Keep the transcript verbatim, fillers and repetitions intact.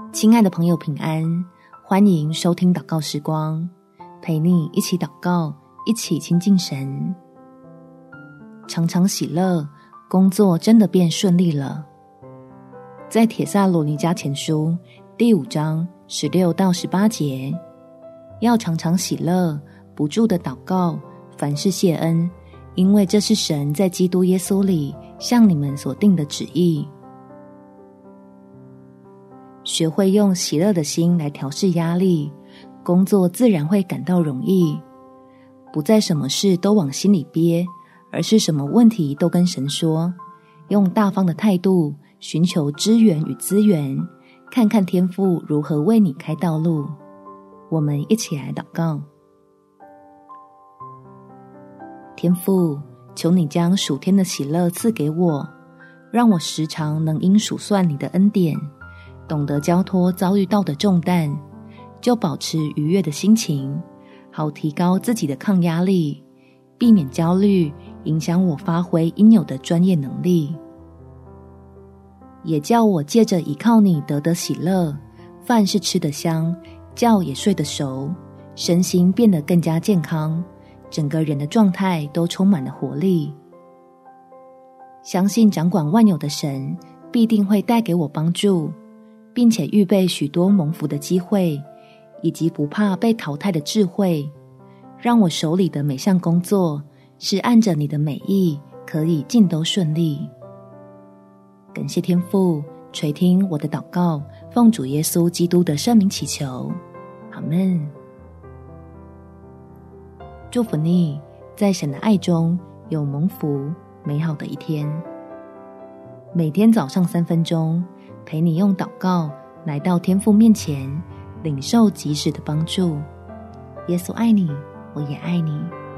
亲爱的朋友，平安，欢迎收听祷告时光，陪你一起祷告，一起亲近神。常常喜乐，工作真的变顺利了。在帖撒罗尼迦前书第五章十六到十八节，要常常喜乐，不住的祷告，凡事谢恩，因为这是神在基督耶稣里向你们所定的旨意。学会用喜乐的心来调试压力，工作自然会感到容易，不再什么事都往心里憋，而是什么问题都跟神说，用大方的态度寻求支援与资源，看看天父如何为你开道路。我们一起来祷告。天父，求你将属天的喜乐赐给我，让我时常能因数算你的恩典，懂得交托遭遇到的重担，就保持愉悦的心情，好提高自己的抗压力，避免焦虑影响我发挥应有的专业能力。也叫我借着倚靠你得得喜乐，饭是吃得香，觉也睡得熟，身心变得更加健康，整个人的状态都充满了活力。相信掌管万有的神必定会带给我帮助，并且预备许多蒙福的机会，以及不怕被淘汰的智慧，让我手里的每项工作是按着你的美意，可以尽都顺利。感谢天父垂听我的祷告，奉主耶稣基督的圣名祈求，阿们。祝福你在神的爱中有蒙福美好的一天。每天早上三分钟，陪你用祷告来到天父面前，领受及时的帮助。耶稣爱你，我也爱你。